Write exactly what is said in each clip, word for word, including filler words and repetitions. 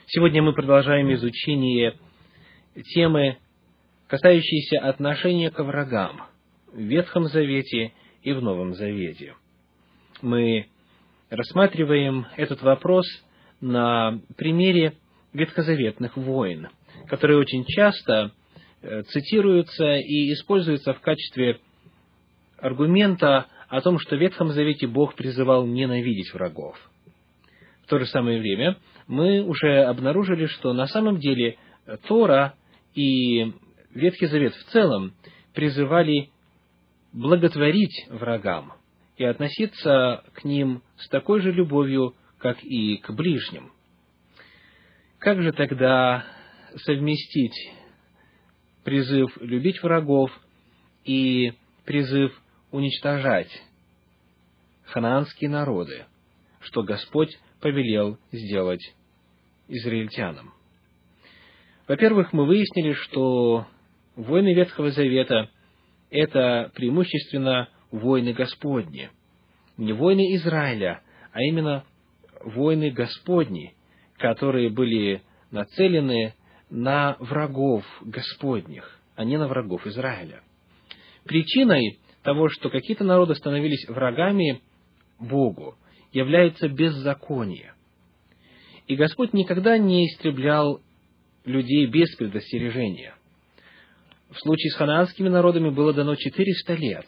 Сегодня мы продолжаем изучение темы, касающейся отношения к врагам в Ветхом Завете и в Новом Завете. Мы рассматриваем этот вопрос на примере ветхозаветных войн, которые очень часто цитируются и используются в качестве аргумента о том, что в Ветхом Завете Бог призывал ненавидеть врагов. В то же самое время мы уже обнаружили, что на самом деле Тора и Ветхий Завет в целом призывали благотворить врагам и относиться к ним с такой же любовью, как и к ближним. Как же тогда совместить призыв любить врагов и призыв уничтожать ханаанские народы, что Господь повелел сделать израильтянам? Во-первых, мы выяснили, что войны Ветхого Завета — это преимущественно войны Господни. Не войны Израиля, а именно войны Господни, которые были нацелены на врагов Господних, а не на врагов Израиля. Причиной того, что какие-то народы становились врагами Богу, является беззаконие. И Господь никогда не истреблял людей без предостережения. В случае с ханаанскими народами было дано четыреста лет.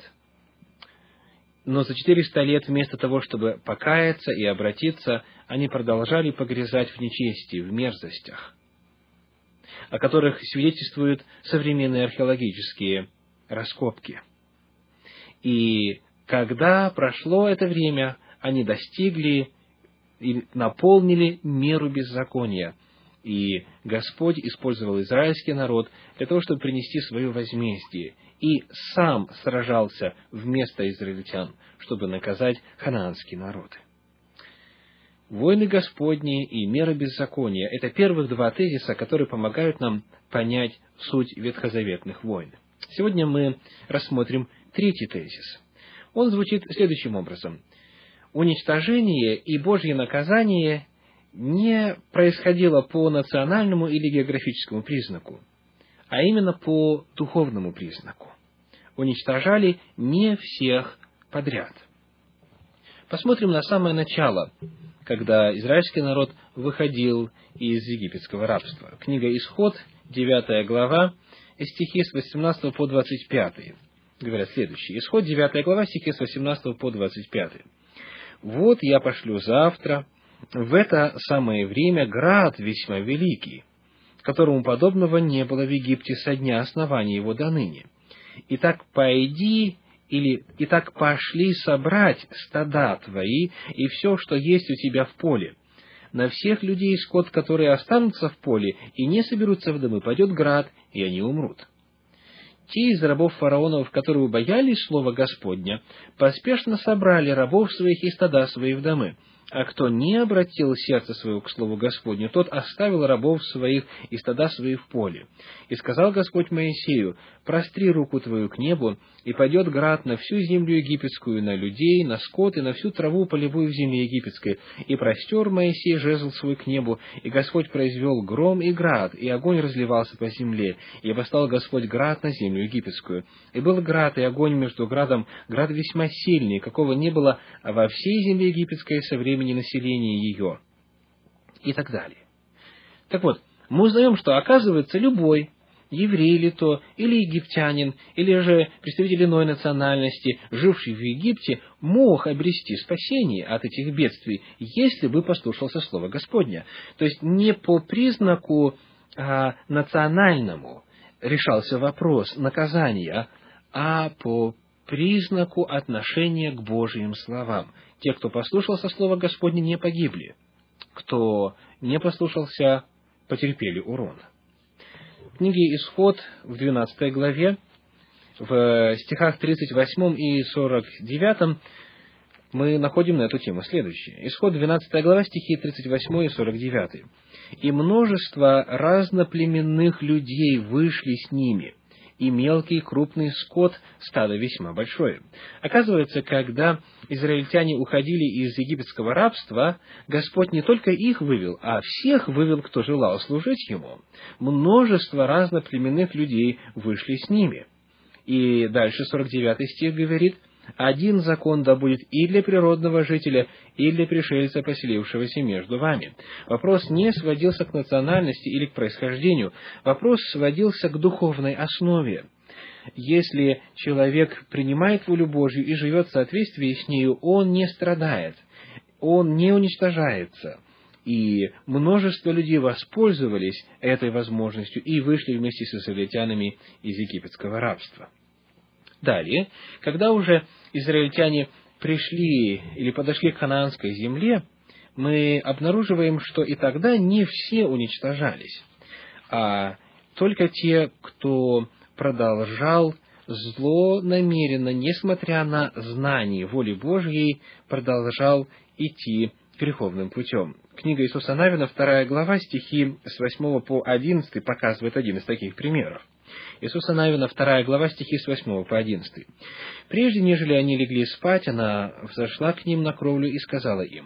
Но за четыреста лет вместо того, чтобы покаяться и обратиться, они продолжали погрязать в нечестии, в мерзостях, о которых свидетельствуют современные археологические раскопки. И когда прошло это время, они достигли и наполнили меру беззакония. И Господь использовал израильский народ для того, чтобы принести свое возмездие, и сам сражался вместо израильтян, чтобы наказать ханаанские народы. Войны Господни и мера беззакония — это первых два тезиса, которые помогают нам понять суть ветхозаветных войн. Сегодня мы рассмотрим третий тезис. Он звучит следующим образом. Уничтожение и Божье наказание не происходило по национальному или географическому признаку, а именно по духовному признаку. Уничтожали не всех подряд. Посмотрим на самое начало, когда израильский народ выходил из египетского рабства. Книга Исход, девятая глава, стихи с восемнадцатого по двадцать пятый. Говорят следующее. Исход, девятая глава, стихи с восемнадцатого по двадцать пятый. «Вот я пошлю завтра в это самое время град весьма великий, которому подобного не было в Египте со дня основания его до ныне. Итак, пойди, или итак пошли собрать стада твои и все, что есть у тебя в поле. На всех людей и скот, которые останутся в поле и не соберутся в домы, пойдет град, и они умрут. Те из рабов фараоновых, которые боялись слова Господня, поспешно собрали рабов своих и стада свои в домы. А кто не обратил сердце своего к слову Господню, тот оставил рабов своих и стада свои в поле. И сказал Господь Моисею: простри руку твою к небу, и пойдет град на всю землю египетскую, на людей, на скот и на всю траву полевую в земле египетской. И простер Моисей жезл свой к небу, и Господь произвел гром и град, и огонь разливался по земле, и послал Господь град на землю египетскую. И был град и огонь между градом, град весьма сильный, какого не было во всей земле египетской со времени населения ее, и так далее. Так вот, мы узнаем, что, оказывается, любой еврей ли то, или египтянин, или же представитель иной национальности, живший в Египте, мог обрести спасение от этих бедствий, если бы послушался слова Господня. То есть не по признаку а, национальному решался вопрос наказания, а по признаку отношения к Божьим словам. Те, кто послушался слова Господня, не погибли. Кто не послушался, потерпели урон. В книге Исход, в двенадцатой главе, в стихах тридцать восьмом и сорок девятом, мы находим на эту тему следующее. Исход, двенадцатая глава, стихи тридцать восьмой и сорок девятый. «И множество разноплеменных людей вышли с ними, и мелкий, и крупный скот, стадо весьма большое. Оказывается, когда израильтяне уходили из египетского рабства, Господь не только их вывел, а всех вывел, кто желал служить Ему. Множество разноплеменных людей вышли с ними. И дальше сорок девятый стих говорит: «Один закон да будет и для природного жителя, и для пришельца, поселившегося между вами». Вопрос не сводился к национальности или к происхождению, вопрос сводился к духовной основе. Если человек принимает волю Божью и живет в соответствии с нею, он не страдает, он не уничтожается. И множество людей воспользовались этой возможностью и вышли вместе с израильтянами из египетского рабства. Далее, когда уже израильтяне пришли или подошли к ханаанской земле, мы обнаруживаем, что и тогда не все уничтожались, а только те, кто продолжал злонамеренно, несмотря на знание воли Божьей, продолжал идти греховным путем. Книга Иисуса Навина, вторая глава, стихи с восьмого по одиннадцатый показывает один из таких примеров. Иисуса Навина, вторая глава, стихи с восьмого по одиннадцатый. «Прежде, нежели они легли спать, она взошла к ним на кровлю и сказала им: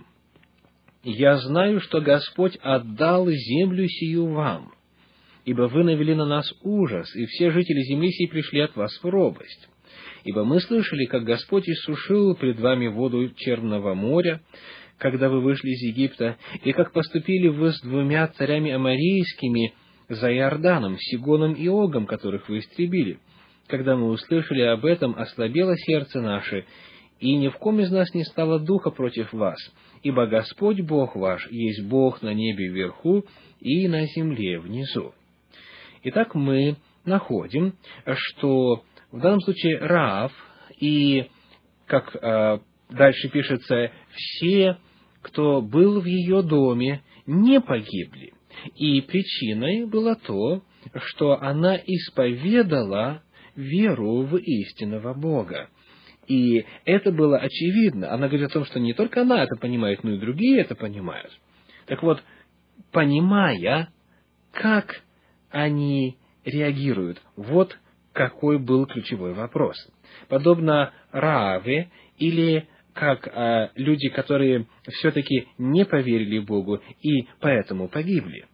„Я знаю, что Господь отдал землю сию вам, ибо вы навели на нас ужас, и все жители земли сей пришли от вас в робость. Ибо мы слышали, как Господь иссушил пред вами воду Черного моря, когда вы вышли из Египта, и как поступили вы с двумя царями аморейскими за Иорданом, Сигоном и Огом, которых вы истребили. Когда мы услышали об этом, ослабело сердце наше, и ни в ком из нас не стало духа против вас, ибо Господь Бог ваш есть Бог на небе вверху и на земле внизу». Итак, мы находим, что в данном случае Раав и, как э, дальше пишется, все, кто был в ее доме, не погибли. И причиной было то, что она исповедала веру в истинного Бога. И это было очевидно. Она говорит о том, что не только она это понимает, но и другие это понимают. Так вот, понимая, как они реагируют, вот какой был ключевой вопрос. Подобно Рааве, или как а, люди, которые все-таки не поверили Богу и поэтому погибли.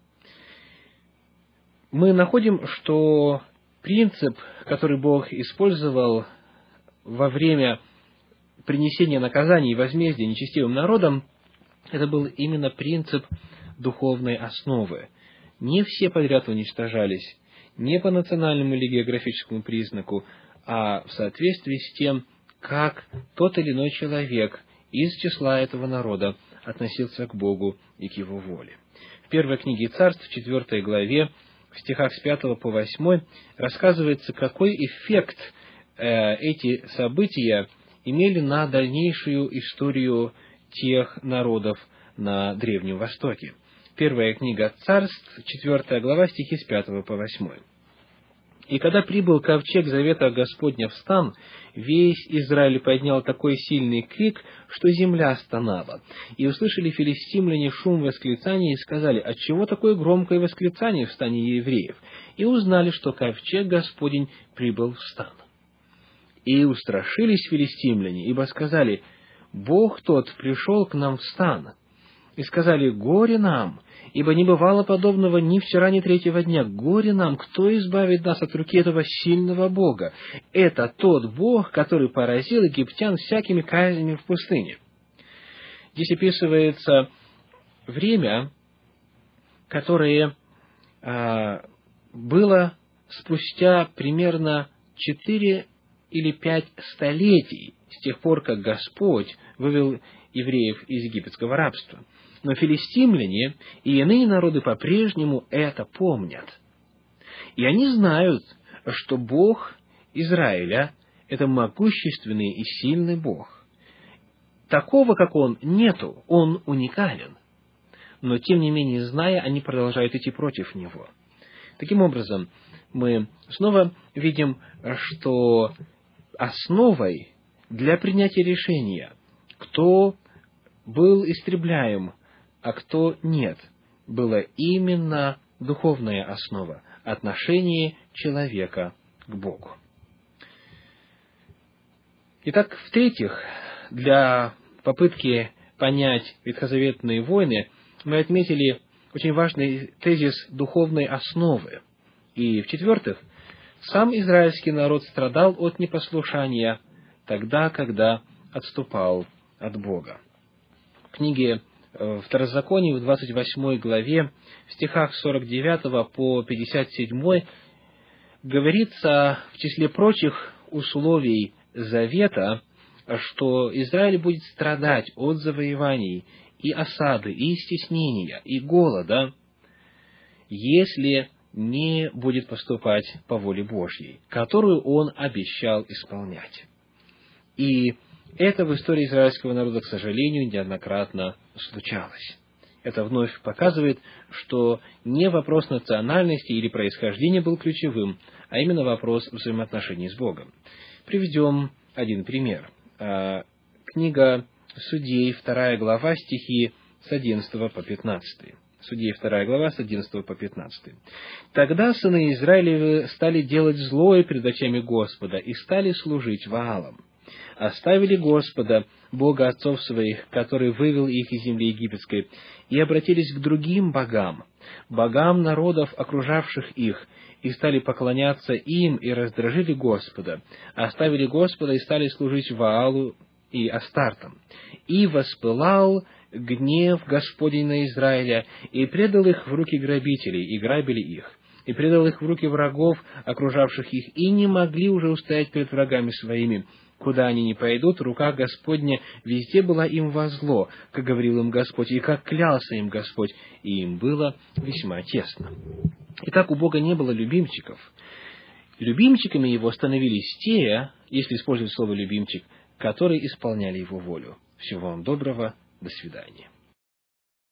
Мы находим, что принцип, который Бог использовал во время принесения наказаний и возмездия нечестивым народам, это был именно принцип духовной основы. Не все подряд уничтожались, не по национальному или географическому признаку, а в соответствии с тем, как тот или иной человек из числа этого народа относился к Богу и к Его воле. В первой книге Царств, в четвертой главе, в стихах с пятого по восьмой, рассказывается, какой эффект э, эти события имели на дальнейшую историю тех народов на Древнем Востоке. Первая книга Царств, четвертая глава, стихи с пятого по восьмой. «И когда прибыл ковчег завета Господня в стан, весь Израиль поднял такой сильный крик, что земля стонала. И услышали филистимляне шум восклицания и сказали: отчего такое громкое восклицание в стане евреев? И узнали, что ковчег Господень прибыл в стан. И устрашились филистимляне, ибо сказали: Бог тот пришел к нам в стан. И сказали: горе нам, ибо не бывало подобного ни вчера, ни третьего дня. Горе нам, кто избавит нас от руки этого сильного Бога? Это тот Бог, который поразил египтян всякими казнями в пустыне». Здесь описывается время, которое а, было спустя примерно четыре или пять столетий с тех пор, как Господь вывел евреев из египетского рабства. Но филистимляне и иные народы по-прежнему это помнят. И они знают, что Бог Израиля – это могущественный и сильный Бог. Такого, как Он, нету, Он уникален. Но, тем не менее, зная, они продолжают идти против Него. Таким образом, мы снова видим, что основой для принятия решения, кто был истребляем, а кто нет, была именно духовная основа, отношение человека к Богу. Итак, в-третьих, для попытки понять ветхозаветные войны мы отметили очень важный тезис духовной основы. И, в-четвертых, сам израильский народ страдал от непослушания тогда, когда отступал от Бога. В книге Второзаконие, в двадцать восьмой главе, в стихах с сорок девятого по пятьдесят седьмой, говорится, в числе прочих условий завета, что Израиль будет страдать от завоеваний и осады, и стеснения, и голода, если не будет поступать по воле Божьей, которую Он обещал исполнять. И это в истории израильского народа, к сожалению, неоднократно случалось. Это вновь показывает, что не вопрос национальности или происхождения был ключевым, а именно вопрос взаимоотношений с Богом. Приведем один пример. Книга Судей, вторая глава, стихи с одиннадцатого по пятнадцатый. Судей, вторая глава, с одиннадцатого по пятнадцатый. «Тогда сыны Израилевы стали делать злое пред очами Господа и стали служить Ваалам. Оставили Господа, Бога отцов своих, который вывел их из земли египетской, и обратились к другим богам, богам народов, окружавших их, и стали поклоняться им, и раздражили Господа, оставили Господа и стали служить Ваалу и Астартам. И воспылал гнев Господень на Израиля, и предал их в руки грабителей, и грабили их, и предал их в руки врагов, окружавших их, и не могли уже устоять перед врагами своими. Куда они ни пойдут, рука Господня везде была им во зло, как говорил им Господь, и как клялся им Господь, и им было весьма тесно». Итак, у Бога не было любимчиков. Любимчиками Его становились те, если использовать слово «любимчик», которые исполняли Его волю. Всего вам доброго, до свидания.